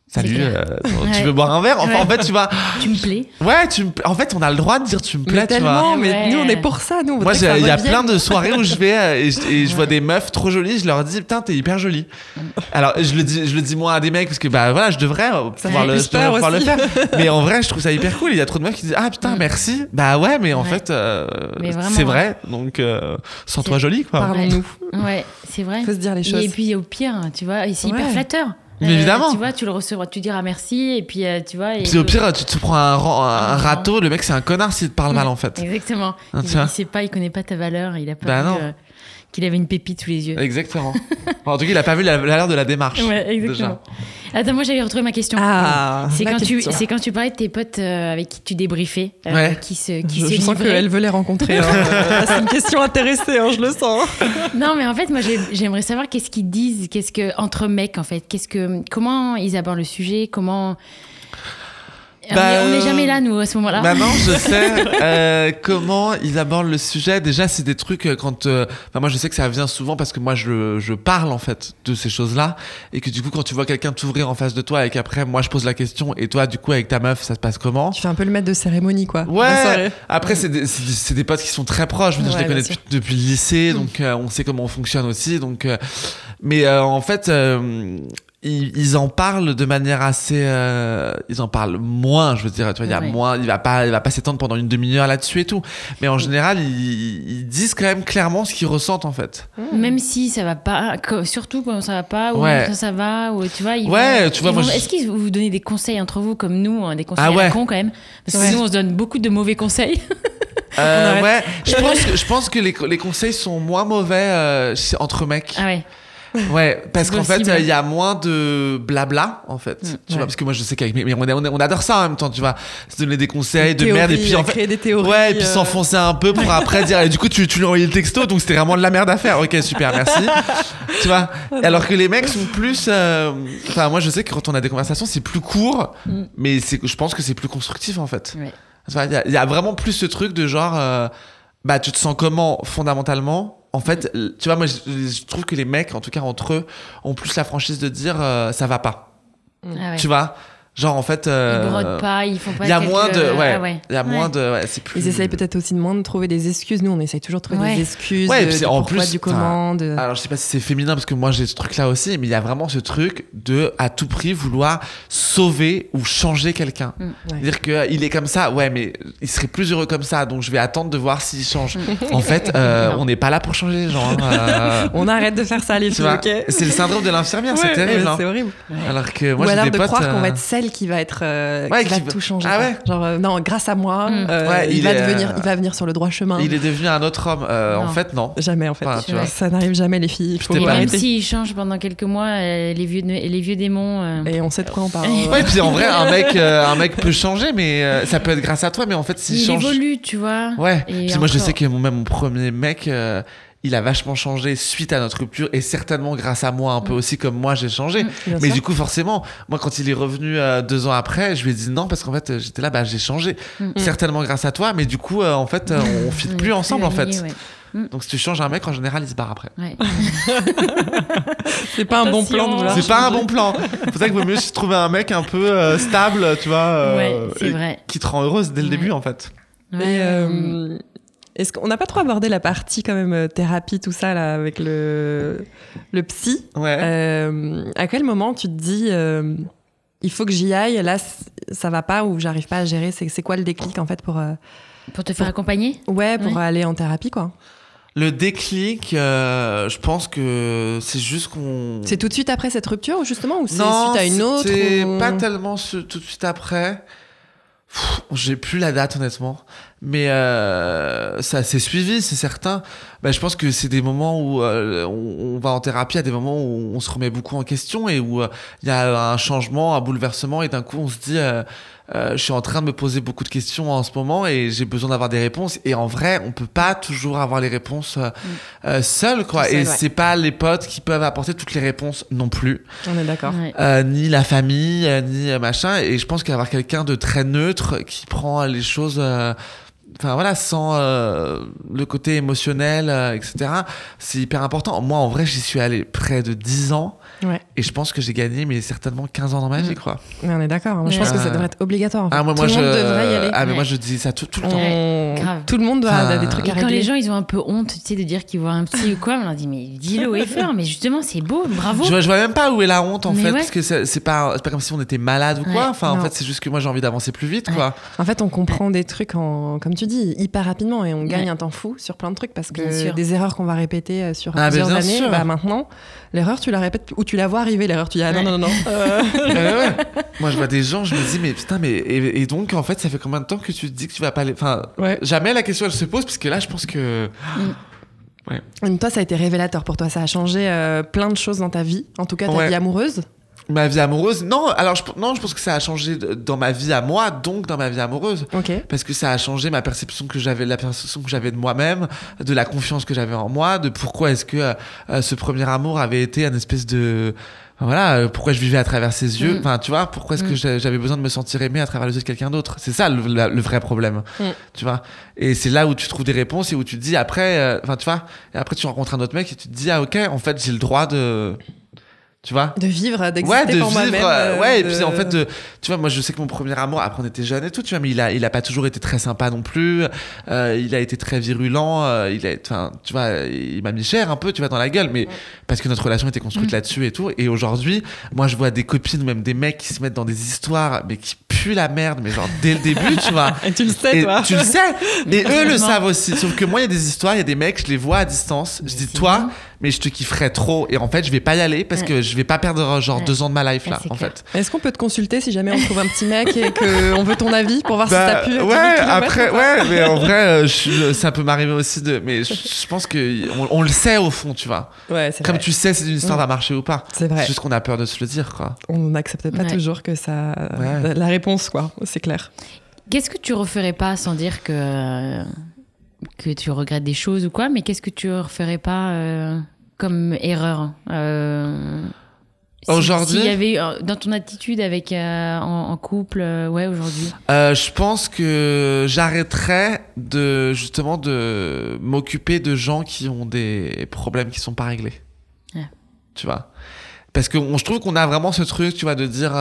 Salut, tu veux boire un verre? Enfin, en fait, tu vois. Tu me plais. Ouais, en fait, on a le droit de dire tu me plais, mais tellement, mais nous, on est pour ça. Nous, moi, il y a plein de soirées où je vais et je vois des meufs trop jolies, je leur dis, putain, t'es hyper jolie. Alors, je le dis moi à des mecs parce que, bah voilà, je devrais pouvoir le faire. Mais en vrai, je trouve ça hyper cool. Il y a trop de meufs qui disent, ah putain, merci. Bah ouais, mais en fait, c'est vrai. Donc, sens-toi jolie, quoi. Parlons-nous. Ouais, c'est vrai. Faut se dire les choses. Et puis, au pire, tu vois, c'est hyper flatteur. Mais évidemment. Tu vois, tu le recevras, tu diras merci, et puis tu vois. Puis au pire, tu te prends un râteau, le mec c'est un connard s'il te parle mal en fait. Exactement. Il sait pas, il connaît pas ta valeur, il a pas vu qu'il avait une pépite sous les yeux. Exactement. En tout cas, il a pas vu la valeur de la démarche. Ouais, exactement. Déjà. Attends, moi j'avais retrouvé ma question. C'est quand tu parlais de tes potes avec qui tu débriefais, qui je sens qu'elle veut les rencontrer. C'est une question intéressée, je le sens. Non, mais en fait, moi j'aimerais savoir qu'est-ce qu'ils disent, entre mecs en fait, comment ils abordent le sujet, comment. On n'est jamais là, nous, à ce moment-là. Bah non, je sais comment ils abordent le sujet. Déjà, c'est des trucs quand... moi, je sais que ça vient souvent parce que moi, je parle, en fait, de ces choses-là. Et que du coup, quand tu vois quelqu'un t'ouvrir en face de toi et qu'après, moi, je pose la question. Et toi, du coup, avec ta meuf, ça se passe comment? Tu fais un peu le maître de cérémonie, quoi. Ouais. Après, c'est des potes qui sont très proches. Je les connais depuis le lycée. Donc, on sait comment on fonctionne aussi. Donc, mais en fait... Ils en parlent de manière assez ils en parlent moins, je veux dire, tu vois, il y a moins, il va pas s'étendre pendant une demi-heure là-dessus et tout, mais en général ils disent quand même clairement ce qu'ils ressentent en fait, même si ça va pas, surtout quand ça va pas ou quand ça va, ou tu vois, est-ce qu'ils vous donnent des conseils entre vous comme nous, des conseils à con quand même, parce que nous on se donne beaucoup de mauvais conseils. Je pense que les conseils sont moins mauvais entre mecs. Ah ouais. Ouais, parce qu'en fait, il y a moins de blabla, en fait. Tu vois, parce que moi, je sais qu'avec mais on adore ça en même temps, tu vois. Se donner des conseils, de merde, et puis en fait. Créer des théories. Ouais, et puis s'enfoncer un peu pour après dire, et du coup, tu lui as envoyé le texto, donc c'était vraiment de la merde à faire. Ok, super, merci. Tu vois. Alors que les mecs sont plus, enfin, moi, je sais que quand on a des conversations, c'est plus court, mais je pense que c'est plus constructif, en fait. Ouais. Il y a vraiment plus ce truc de genre, tu te sens comment, fondamentalement? En fait, tu vois, moi, je trouve que les mecs, en tout cas entre eux, ont plus la franchise de dire ça va pas. Tu vois? Genre, en fait. Ils brodent pas, ils font pas. Il y a moins de. Il y a moins de. Ouais, c'est plus. Ils essayent peut-être aussi de moins de trouver des excuses. Nous, on essaye toujours de trouver des excuses. Ouais, et puis en pourquoi plus. Du comment. Alors, je sais pas si c'est féminin, parce que moi, j'ai ce truc-là aussi, mais il y a vraiment ce truc de, à tout prix, vouloir sauver ou changer quelqu'un. Dire qu'il est comme ça, mais il serait plus heureux comme ça, donc je vais attendre de voir s'il change. En fait, on n'est pas là pour changer les gens. On arrête de faire ça, les filles, ok? C'est le syndrome de l'infirmière, c'est terrible. C'est horrible. Alors que moi, ou j'ai alors des de potes, croire qu'on va être celle qui va être qui va tout changer. Genre non, grâce à moi, il va venir sur le droit chemin. Il est devenu un autre homme. En fait, non. Jamais en fait. Enfin, ça n'arrive jamais, les filles. Et même s'il change pendant quelques mois, les vieux démons. Et on sait de quoi on parle. Ouais, puis en vrai, un mec peut changer, mais ça peut être grâce à toi. Mais en fait, s'il change, il évolue, tu vois. Ouais. Et puis moi, je sais que même mon premier mec. Il a vachement changé suite à notre rupture et certainement grâce à moi un peu aussi, comme moi j'ai changé. Mais du coup forcément, moi quand il est revenu 2 ans après, je lui ai dit non parce qu'en fait j'étais là, j'ai changé. Certainement grâce à toi, mais du coup en fait on fit plus ensemble en fait. Donc si tu changes un mec, en général il se barre après. C'est pas un bon plan de vouloir C'est pas un bon plan. C'est pour ça qu'il vaut mieux trouver un mec un peu stable, tu vois, c'est vrai. qui te rend heureuse dès le début en fait. Est-ce qu'on n'a pas trop abordé la partie quand même thérapie, tout ça là, avec le psy? À quel moment tu te dis il faut que j'y aille, là ça va pas ou j'arrive pas à gérer? C'est quoi le déclic en fait pour te faire accompagner? Ouais, pour aller en thérapie quoi. Le déclic, je pense que c'est juste qu'on... C'est tout de suite après cette rupture justement ou c'est suite à une autre? Non, c'est pas tellement tout de suite après. J'ai plus la date honnêtement, mais ça s'est suivi, c'est certain. Je pense que c'est des moments où on va en thérapie, à des moments où on se remet beaucoup en question et où il y a un changement, un bouleversement et d'un coup on se dit je suis en train de me poser beaucoup de questions en ce moment et j'ai besoin d'avoir des réponses. Et en vrai, on peut pas toujours avoir les réponses seul, quoi. Et c'est pas les potes qui peuvent apporter toutes les réponses non plus. On est d'accord. Ni la famille, ni machin. Et je pense qu'avoir quelqu'un de très neutre qui prend les choses enfin voilà, sans le côté émotionnel, etc. C'est hyper important. Moi, en vrai, j'y suis allé près de 10 ans. Ouais. Et je pense que j'ai gagné, mais certainement 15 ans dans ma vie, quoi. Mais on est d'accord. Moi, je pense que ça devrait être obligatoire. En fait. Moi, tout le monde devrait y aller. Mais moi, je dis ça tout le temps. Grave. Tout le monde doit avoir des trucs à régler. Quand les gens, ils ont un peu honte, tu sais, de dire qu'ils voient un psy ou quoi, on leur dit, mais dis-le haut et fort. Mais justement, c'est beau, bravo. Je vois même pas où est la honte, en fait, parce que c'est pas comme si on était malade ou quoi. Enfin, en fait, c'est juste que moi, j'ai envie d'avancer plus vite, quoi. En fait, on comprend des trucs, comme tu dis, hyper rapidement, et on gagne un temps fou sur plein de trucs, parce que des erreurs qu'on va répéter sur plusieurs années, maintenant, l'erreur, tu la répètes, ou tu la vois arriver, l'erreur, tu dis, non. Moi, je vois des gens, je me dis, mais putain, et donc, en fait, ça fait combien de temps que tu te dis que tu vas pas aller. Enfin, jamais la question, elle se pose, parce que là, je pense que. Ouais. Et toi, ça a été révélateur pour toi, ça a changé plein de choses dans ta vie, en tout cas ta vie amoureuse. Ma vie amoureuse, non. Alors, je pense que ça a changé dans ma vie à moi, donc dans ma vie amoureuse. Parce que ça a changé la perception que j'avais de moi-même, de la confiance que j'avais en moi, de pourquoi est-ce que ce premier amour avait été une espèce de. Voilà, pourquoi je vivais à travers ses yeux. Enfin, tu vois, pourquoi est-ce que j'avais besoin de me sentir aimé à travers les yeux de quelqu'un d'autre. C'est ça le vrai problème. Tu vois. Et c'est là où tu trouves des réponses et où tu te dis après, enfin, tu vois, et après tu rencontres un autre mec et tu te dis, ok, en fait, j'ai le droit de. Tu vois, de vivre, d'exister pour moi-même. Et puis en fait, tu vois, moi je sais que mon premier amour, après on était jeunes et tout, tu vois, mais il a pas toujours été très sympa non plus. Il a été très virulent. Enfin, tu vois, il m'a mis cher un peu, tu vois, dans la gueule, mais parce que notre relation était construite là-dessus et tout. Et aujourd'hui, moi je vois des copines ou même des mecs qui se mettent dans des histoires, mais qui puent la merde, mais genre dès le début, tu vois. Et tu le sais, toi. Tu le sais. Et eux le savent aussi. Sauf que moi, il y a des histoires, il y a des mecs, je les vois à distance. Je dis, toi, mais je te kifferais trop. Et en fait, je vais pas y aller parce que je vais pas perdre genre 2 ans de ma life là, en fait. Est-ce qu'on peut te consulter si jamais on trouve un petit mec et qu'on veut ton avis pour voir si t'as pu. Mais en vrai, ça peut m'arriver aussi mais je pense qu'on le sait au fond, tu vois. Ouais, c'est Comme vrai. tu sais si une histoire va marcher ou pas. C'est vrai. C'est juste qu'on a peur de se le dire, quoi. On n'accepte pas toujours que ça. La réponse, quoi. C'est clair. Qu'est-ce que tu referais pas sans dire que tu regrettes des choses ou quoi, mais qu'est-ce que tu referais pas comme erreur aujourd'hui, s'il y avait dans ton attitude avec en couple, aujourd'hui. Je pense que j'arrêterais justement de m'occuper de gens qui ont des problèmes qui sont pas réglés. Tu vois, parce que je trouve qu'on a vraiment ce truc, tu vois, de dire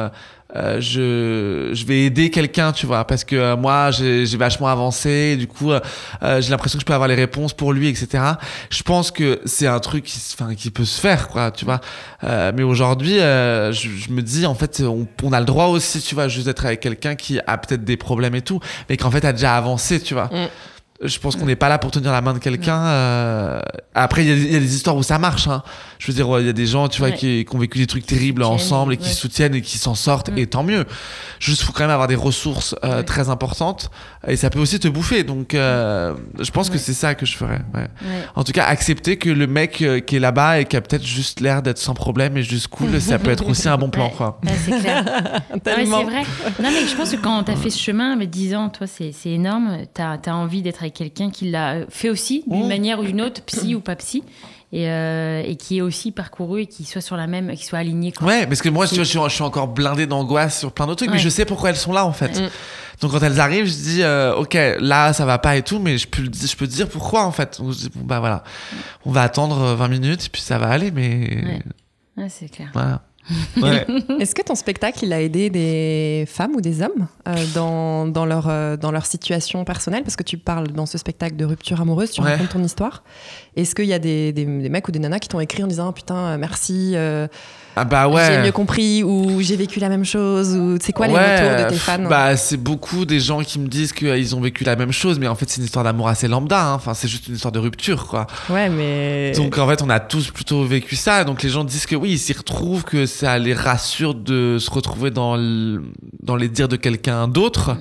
je vais aider quelqu'un, tu vois, parce que moi j'ai vachement avancé et du coup j'ai l'impression que je peux avoir les réponses pour lui, etc. Je pense que c'est un truc qui peut se faire, quoi, tu vois, mais aujourd'hui je me dis en fait on a le droit aussi, tu vois, juste d'être avec quelqu'un qui a peut-être des problèmes et tout, mais qu'en fait a déjà avancé, tu vois. Je pense qu'on n'est pas là pour tenir la main de quelqu'un. Après, il y a des histoires où ça marche. Hein. Je veux dire, il y a des gens, tu vois, qui ont vécu des trucs terribles ensemble et qui se soutiennent et qui s'en sortent. Et tant mieux. Juste, faut quand même avoir des ressources très importantes. Et ça peut aussi te bouffer. Donc, je pense que c'est ça que je ferais. En tout cas, accepter que le mec qui est là-bas et qui a peut-être juste l'air d'être sans problème et juste cool, ça peut être aussi un bon plan, quoi. C'est clair. C'est vrai. Non, mais je pense que quand t'as fait ce chemin, mais 10 ans, toi, c'est énorme. T'as envie d'être avec quelqu'un qui l'a fait aussi d'une manière ou d'une autre, psy ou pas psy, et qui est aussi parcouru et qui soit sur la même, qui soit aligné, quoi. Ouais, parce que moi je suis encore blindée d'angoisse sur plein d'autres trucs, mais je sais pourquoi elles sont là, en fait. Donc quand elles arrivent, je dis ok, là ça va pas et tout, mais je peux te dire pourquoi, en fait. Donc, je dis, bon bah voilà, on va attendre 20 minutes et puis ça va aller, mais c'est clair. Voilà. Est-ce que ton spectacle il a aidé des femmes ou des hommes dans leur situation personnelle, parce que tu parles dans ce spectacle de rupture amoureuse, tu racontes ton histoire. Est-ce qu'il y a des mecs ou des nanas qui t'ont écrit en disant putain merci, j'ai mieux compris, ou j'ai vécu la même chose, ou c'est quoi les retours de tes fans? C'est beaucoup des gens qui me disent qu'ils ont vécu la même chose, mais en fait c'est une histoire d'amour assez lambda, hein. Enfin c'est juste une histoire de rupture, quoi. Mais donc en fait on a tous plutôt vécu ça, donc les gens disent que oui, ils s'y retrouvent, que ça les rassure de se retrouver dans les dires de quelqu'un d'autre.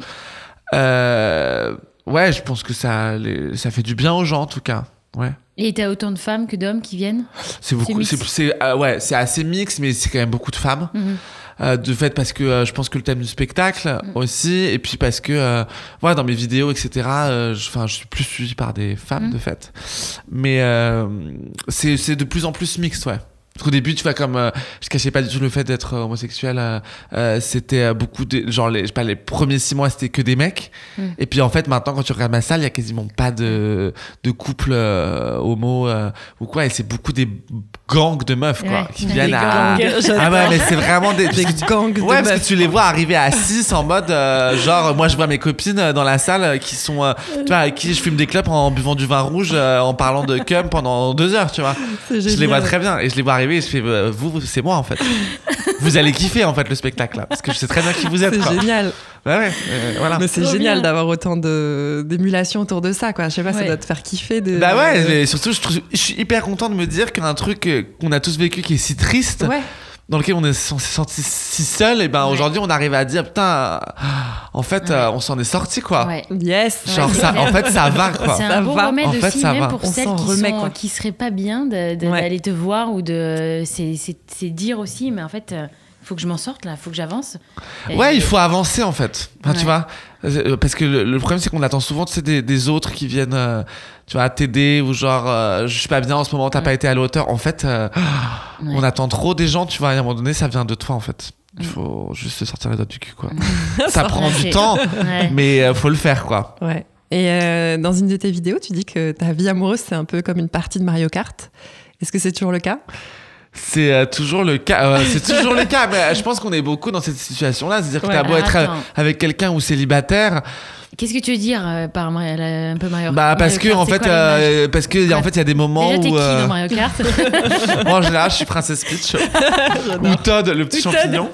Je pense que ça fait du bien aux gens, en tout cas. Et t'as autant de femmes que d'hommes qui viennent? C'est beaucoup, c'est assez mixte, mais c'est quand même beaucoup de femmes. De fait, parce que je pense que le thème du spectacle aussi, et puis parce que dans mes vidéos, etc., je suis plus suivi par des femmes, de fait. Mais c'est de plus en plus mixte, Parce qu'au début, tu vois, comme je cachais pas du tout le fait d'être homosexuel, c'était beaucoup genre les premiers 6 mois, c'était que des mecs. Et puis en fait, maintenant, quand tu regardes ma salle, il y a quasiment pas de couple homo ou quoi, et c'est beaucoup des gangs de meufs, quoi, qui viennent à... Ah ouais, mais c'est vraiment des gangs de meufs. Ouais, parce que tu les vois arriver à 6 en mode, genre, moi je vois mes copines dans la salle qui sont, tu vois, avec qui je fume des clopes en buvant du vin rouge, en parlant de cum pendant 2 heures, tu vois. Je les vois très bien, et je les vois arriver et je fais, vous, c'est moi en fait. Vous allez kiffer en fait le spectacle là, parce que je sais très bien qui vous êtes. C'est génial. Ouais, voilà. Mais c'est génial d'avoir autant d'émulation autour de ça, quoi. Je sais pas, ça doit te faire kiffer. Bah ouais, mais surtout, je suis hyper content de me dire qu'un truc qu'on a tous vécu qui est si triste. Ouais. Dans lequel on s'est senti si seul, et ben aujourd'hui on arrive à dire putain, en fait on s'en est sorti, quoi. Ouais. Yes. Genre ça, en fait ça va, quoi. C'est un bon remède en aussi, même pour on celles qui seraient pas bien d'aller te voir ou de c'est dire aussi, mais en fait faut que je m'en sorte là, faut que j'avance. Ouais, il faut avancer en fait. Enfin, tu vois, parce que le problème c'est qu'on attend souvent, tu sais, des autres qui viennent, tu vois, t'aider ou genre je suis pas bien en ce moment, t'as pas été à la hauteur. En fait, on attend trop des gens, tu vois. À un moment donné, ça vient de toi en fait. Il faut juste se sortir les doigts du cul, quoi. Ça prend du temps, mais faut le faire, quoi. Ouais. Et dans une de tes vidéos, tu dis que ta vie amoureuse c'est un peu comme une partie de Mario Kart. Est-ce que c'est toujours le cas? C'est toujours le cas. C'est toujours le cas. Mais je pense qu'on est beaucoup dans cette situation-là. C'est-à-dire que t'as beau être avec quelqu'un ou célibataire. Qu'est-ce que tu veux dire par un peu Mario Kart? Bah parce que en fait, parce que en fait, il y a des moments déjà, où. T'es qui dans Mario Kart? Moi, en général, je suis Princess Peach ou Todd, le petit champignon.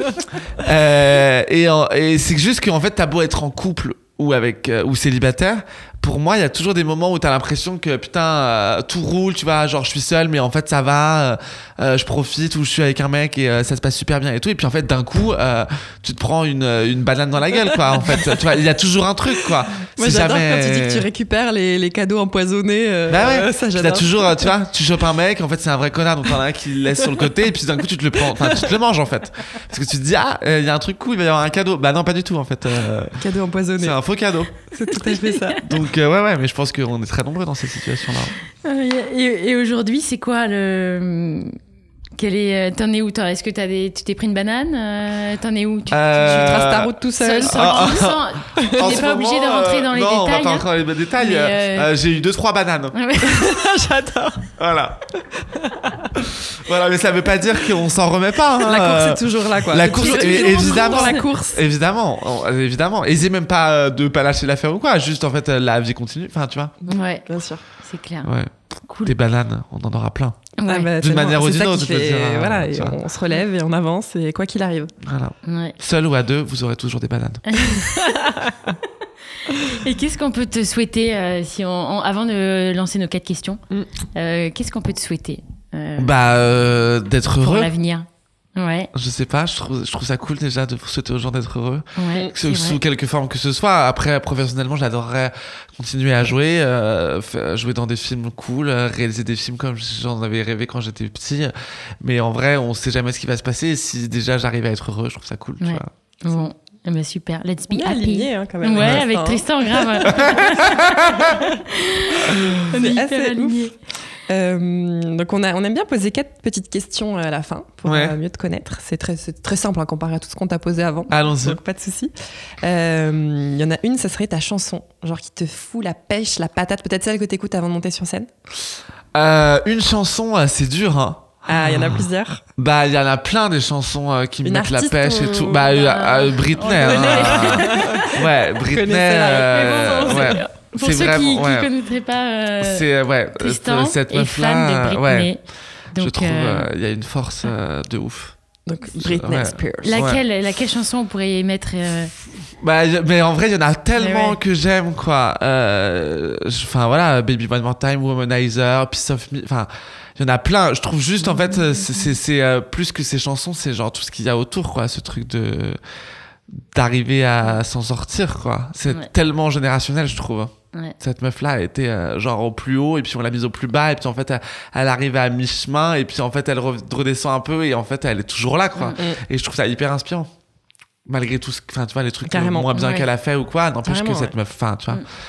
Et c'est juste qu'en fait, t'as beau être en couple ou avec ou célibataire. Pour moi, il y a toujours des moments où t'as l'impression que putain, tout roule, tu vois, genre je suis seul, mais en fait ça va, je profite, ou je suis avec un mec et ça se passe super bien et tout. Et puis en fait, d'un coup, tu te prends une banane dans la gueule, quoi. En fait, tu vois, il y a toujours un truc, quoi. Moi, j'adore quand tu dis que tu récupères les cadeaux empoisonnés. Bah ouais, ça j'adore. T'as toujours, tu vois, tu chopes un mec, en fait c'est un vrai connard, donc t'en as un qui le laisse sur le côté, et puis d'un coup tu te le prends, enfin tu te le manges en fait, parce que tu te dis il y a un truc cool, il va y avoir un cadeau. Bah non, pas du tout en fait. Cadeau empoisonné. C'est un faux cadeau. C'est tout à fait ça. Donc ouais, mais je pense qu'on est très nombreux dans cette situation-là. Et aujourd'hui, c'est quoi le... T'en es où, toi? Est-ce que tu t'es pris une banane? T'en es où? Tu traces ta route tout seul? Tu n'es pas obligé de rentrer dans les détails. Non, on va pas rentrer dans les détails. J'ai eu 2-3 bananes. J'adore. Voilà. Voilà, mais ça veut pas dire qu'on s'en remet pas. Hein. La course est toujours là, quoi. La course, évidemment. La course. Évidemment. Essayez même pas de pas lâcher l'affaire ou quoi. Juste, en fait, la vie continue. Enfin, tu vois. Ouais, bien sûr. C'est clair. Ouais. Cool. Des bananes, on en aura plein. Ouais. Bah, d'une manière ou d'une autre, je veux dire. Voilà, et on se relève et on avance, et quoi qu'il arrive. Voilà. Ouais. Seul ou à deux, vous aurez toujours des bananes. Et qu'est-ce qu'on peut te souhaiter avant de lancer nos 4 questions, qu'est-ce qu'on peut te souhaiter d'être heureux. Pour l'avenir. Ouais. Je sais pas, je trouve ça cool déjà de souhaiter aux gens d'être heureux. Ouais, sous quelque forme que ce soit. Après, professionnellement, j'adorerais continuer à jouer, jouer dans des films cool, réaliser des films comme j'en avais rêvé quand j'étais petit. Mais en vrai, on sait jamais ce qui va se passer. Et si déjà j'arrive à être heureux, je trouve ça cool. Tu vois. Bon. Bah super, let's be happy. Aligné, hein, quand même. Ouais, avec Tristan, grave. On est hyper alignés. Donc on aime bien poser 4 petites questions à la fin pour mieux te connaître. C'est très simple hein, comparé à tout ce qu'on t'a posé avant. Allons-y. Donc pas de souci. Il y en a une, ça serait ta chanson, genre qui te fout la pêche, la patate, peut-être celle que t'écoutes avant de monter sur scène. Une chanson, c'est dur, hein. Ah, il y en a plusieurs. Bah, il y en a plein des chansons qui me mettent la pêche et tout. Bah, Britney. Ouais, Britney. Ouais. Pour ceux qui ne connaîtraient pas Tristan cette meuf-là, fan de Britney. Donc, je trouve il y a une force de ouf. Donc Britney Spears. Laquelle chanson on pourrait mettre mais en vrai, il y en a tellement que j'aime, quoi. Enfin, voilà, Baby One More Time, Womanizer, Piece of Me. Enfin, il y en a plein. Je trouve juste, en fait, c'est plus que ces chansons, c'est genre tout ce qu'il y a autour, quoi. Ce truc d'arriver à s'en sortir, quoi. C'est tellement générationnel, je trouve. Ouais. Cette meuf-là était genre au plus haut, et puis on l'a mise au plus bas, et puis en fait elle arrive à mi-chemin, et puis en fait elle redescend un peu, et en fait elle est toujours là, quoi. Et je trouve ça hyper inspirant, malgré tout enfin tu vois, les trucs moins bien qu'elle a fait ou quoi, n'empêche que cette meuf, enfin tu vois,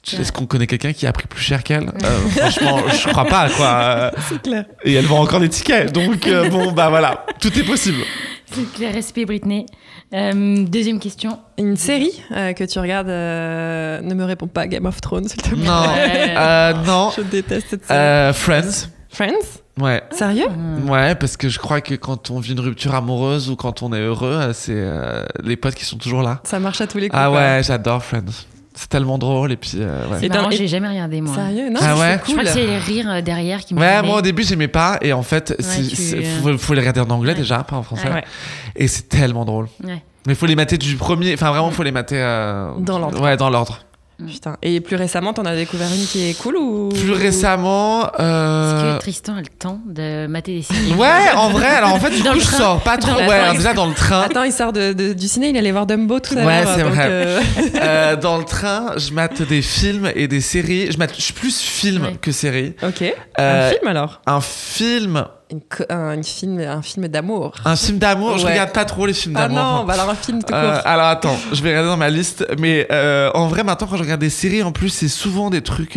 Est-ce qu'on connaît quelqu'un qui a pris plus cher qu'elle? Franchement, je crois pas, quoi. C'est clair. Et elle vend encore des tickets. Donc, bon, bah voilà. Tout est possible. C'est clair, respect Britney. Deuxième question. Une série que tu regardes, ne me réponds pas Game of Thrones, s'il te plaît. Non. Je déteste cette série. Friends. Friends? Ouais. Sérieux? Ouais, parce que je crois que quand on vit une rupture amoureuse ou quand on est heureux, c'est les potes qui sont toujours là. Ça marche à tous les coups. Ah ouais, j'adore Friends. C'est tellement drôle et puis ouais. C'est marrant, j'ai jamais regardé moi. Sérieux? Non, ah ouais. cool. Je crois que c'est les rires derrière qui me Ouais, gênaient. moi au début j'aimais pas et en fait faut les regarder en anglais déjà, pas en français. Ouais. Et c'est tellement drôle. Ouais. Mais faut les mater du premier, enfin vraiment faut les mater dans l'ordre. Ouais, dans l'ordre. Putain. Et plus récemment, t'en as découvert une qui est cool ou? Plus récemment. Est-ce que Tristan a le temps de mater des séries? Ouais, en vrai. Alors en fait, du Dans coup, le je train. sors pas trop. Ouais, déjà dans le train. Attends, il sort du ciné, il allait voir Dumbo tout à l'heure. Ouais, c'est donc, vrai. Dans le train, je mate des films et des séries. Je suis plus film que série. Ok. Un film alors? Un film. Un film d'amour. Un film d'amour. Je regarde pas trop les films d'amour. Ah non, bah alors un film tout court. Alors attends, je vais regarder dans ma liste. Mais en vrai, maintenant, quand je regarde des séries, en plus, c'est souvent des trucs.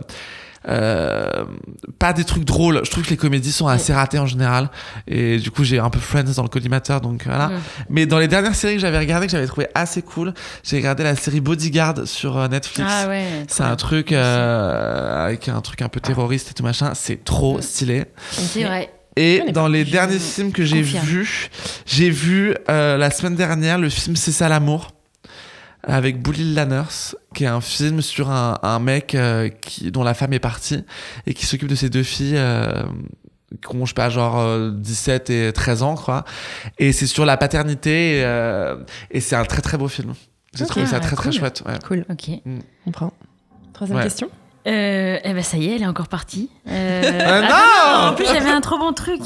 Pas des trucs drôles. Je trouve que les comédies sont assez ratées en général. Et du coup, j'ai un peu Friends dans le collimateur. Donc voilà. Mais dans les dernières séries que j'avais regardées, que j'avais trouvé assez cool, j'ai regardé la série Bodyguard sur Netflix. Ah ouais. C'est un truc avec un truc un peu terroriste et tout machin. C'est trop stylé. C'est vrai. Et dans les derniers films que j'ai vu la semaine dernière le film C'est ça l'amour avec Boulil Lanners, qui est un film sur un mec dont la femme est partie et qui s'occupe de ses deux filles qui ont, je sais pas, genre 17 et 13 ans, quoi. Et c'est sur la paternité et c'est un très très beau film. J'ai trouvé ça très très chouette. Ouais. Cool. Ok. On prend. Troisième question. Eh ben ça y est, elle est encore partie. Non, en plus, j'avais un trop bon truc.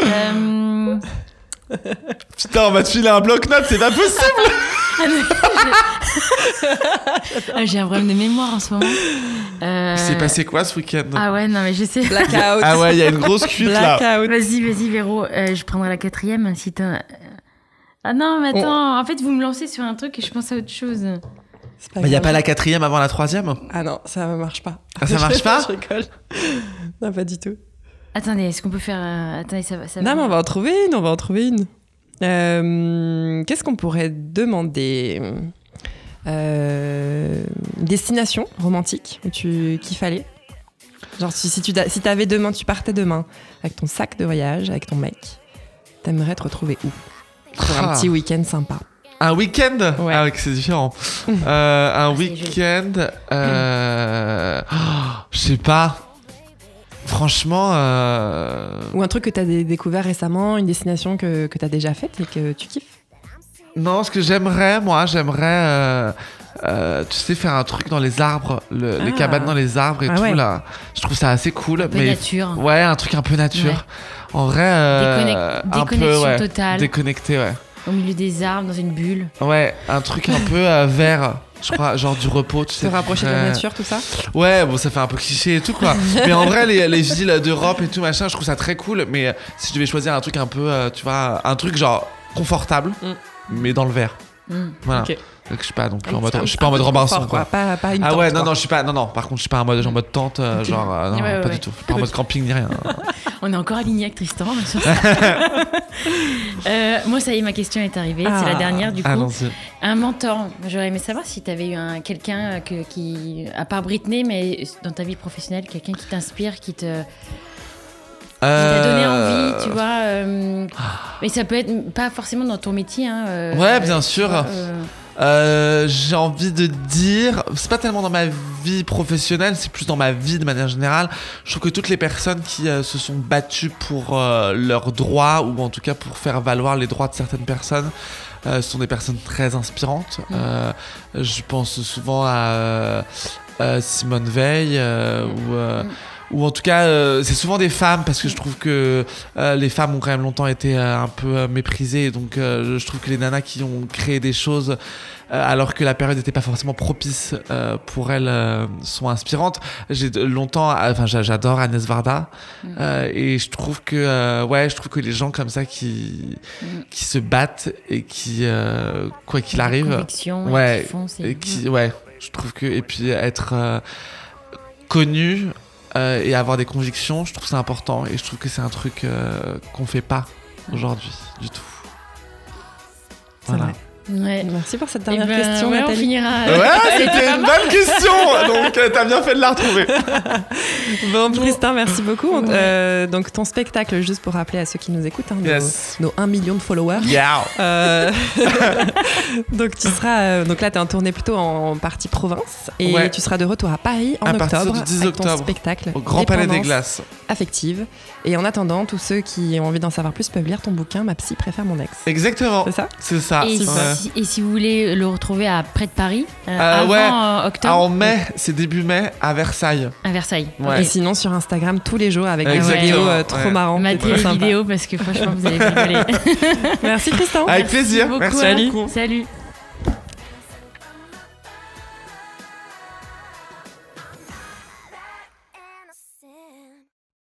Putain, on va te filer un bloc-notes, c'est pas possible. J'ai un problème de mémoire en ce moment. Il s'est passé quoi ce week-end? Ah ouais, non mais je sais. Blackout. Ah ouais, il y a une grosse cuite là. Vas-y Véro, je prendrai la quatrième si t'as... Ah non, mais attends, en fait vous me lancez sur un truc et je pense à autre chose. Il n'y a pas la quatrième avant la troisième? Ah non, ça marche pas. Ah, ça marche pas? Je rigole. Non, pas du tout. Attendez, est-ce qu'on peut faire... Attendez, ça va... Non, mais on va en trouver une, Qu'est-ce qu'on pourrait demander? Destination romantique où tu kiffes aller? Genre, si t'avais demain, tu partais demain avec ton sac de voyage, avec ton mec, t'aimerais te retrouver où? Pour un petit week-end sympa. Un week-end? Ouais. Ah, c'est différent. Un week-end... je sais pas. Franchement... Ou un truc que t'as découvert récemment, une destination que t'as déjà faite et que tu kiffes? Non, ce que j'aimerais, tu sais, faire un truc dans les arbres, les cabanes dans les arbres et tout, là. Je trouve ça assez cool. Un peu nature. Ouais, un truc un peu nature. Ouais. En vrai... Déconnexion totale. Déconnecté, ouais. Au milieu des arbres, dans une bulle. Ouais, un truc un peu vert. Je crois, genre du repos, tu sais. Se rapprocher de la nature, tout ça? Ouais, bon, ça fait un peu cliché et tout, quoi. Mais en vrai, les villes d'Europe et tout, machin, je trouve ça très cool. Mais si je devais choisir un truc un peu, tu vois, un truc genre confortable, mais dans le vert. Voilà. Okay. Donc, je suis pas non plus en mode, je suis pas en mode Robinson, quoi. Pas une ah tente, ouais, quoi. non, je suis pas, non, par contre, je suis pas en mode tente, genre, non, pas du tout. Je suis pas en mode camping ni rien. On est encore aligné avec Tristan, bien sûr. Moi, ça y est, ma question est arrivée. C'est la dernière, du coup. Allons-y. Un mentor. J'aurais aimé savoir si tu avais eu quelqu'un qui, à part Britney, mais dans ta vie professionnelle, quelqu'un qui t'inspire, qui t'a donné envie, tu vois. Mais ça peut être pas forcément dans ton métier. Hein, ouais, bien sûr. J'ai envie de dire, c'est pas tellement dans ma vie professionnelle, c'est plus dans ma vie de manière générale. Je trouve que toutes les personnes qui se sont battues pour leurs droits, ou en tout cas pour faire valoir les droits de certaines personnes, sont des personnes très inspirantes. Je pense souvent à Simone Veil ou en tout cas c'est souvent des femmes, parce que je trouve que les femmes ont quand même longtemps été un peu méprisées, et donc je trouve que les nanas qui ont créé des choses alors que la période n'était pas forcément propice pour elles sont inspirantes. J'adore Agnès Varda et je trouve que les gens comme ça qui se battent et qui quoi qu'il arrive, conviction, ouais, qui foncent et qui ouais, Je trouve que et puis être connu et avoir des convictions, je trouve que c'est important et je trouve que c'est un truc qu'on fait pas aujourd'hui du tout. Voilà. Ouais. Merci pour cette dernière question, ouais, Nathalie. On finira. Ouais, c'était une bonne question. Donc t'as bien fait de la retrouver. Bon, Tristan, merci beaucoup. Donc ton spectacle, juste pour rappeler à ceux qui nous écoutent, nos 1 million de followers. Yeah. Donc tu seras, donc là t'es en tournée plutôt en partie province et tu seras de retour à Paris en octobre partir du 10 avec octobre, ton spectacle au Grand Palais des Glaces. Affective. Et en attendant, tous ceux qui ont envie d'en savoir plus peuvent lire ton bouquin Ma psy préfère mon ex. Exactement. C'est ça. C'est ça. Et si vous voulez le retrouver près de Paris, avant octobre. En mai, c'est début mai à Versailles. À Versailles. Ouais. Et sinon sur Instagram tous les jours avec des vidéos trop marrantes. Matez les vidéos parce que franchement vous allez rigoler. Merci Tristan. Avec plaisir. Merci beaucoup. Merci beaucoup. Salut.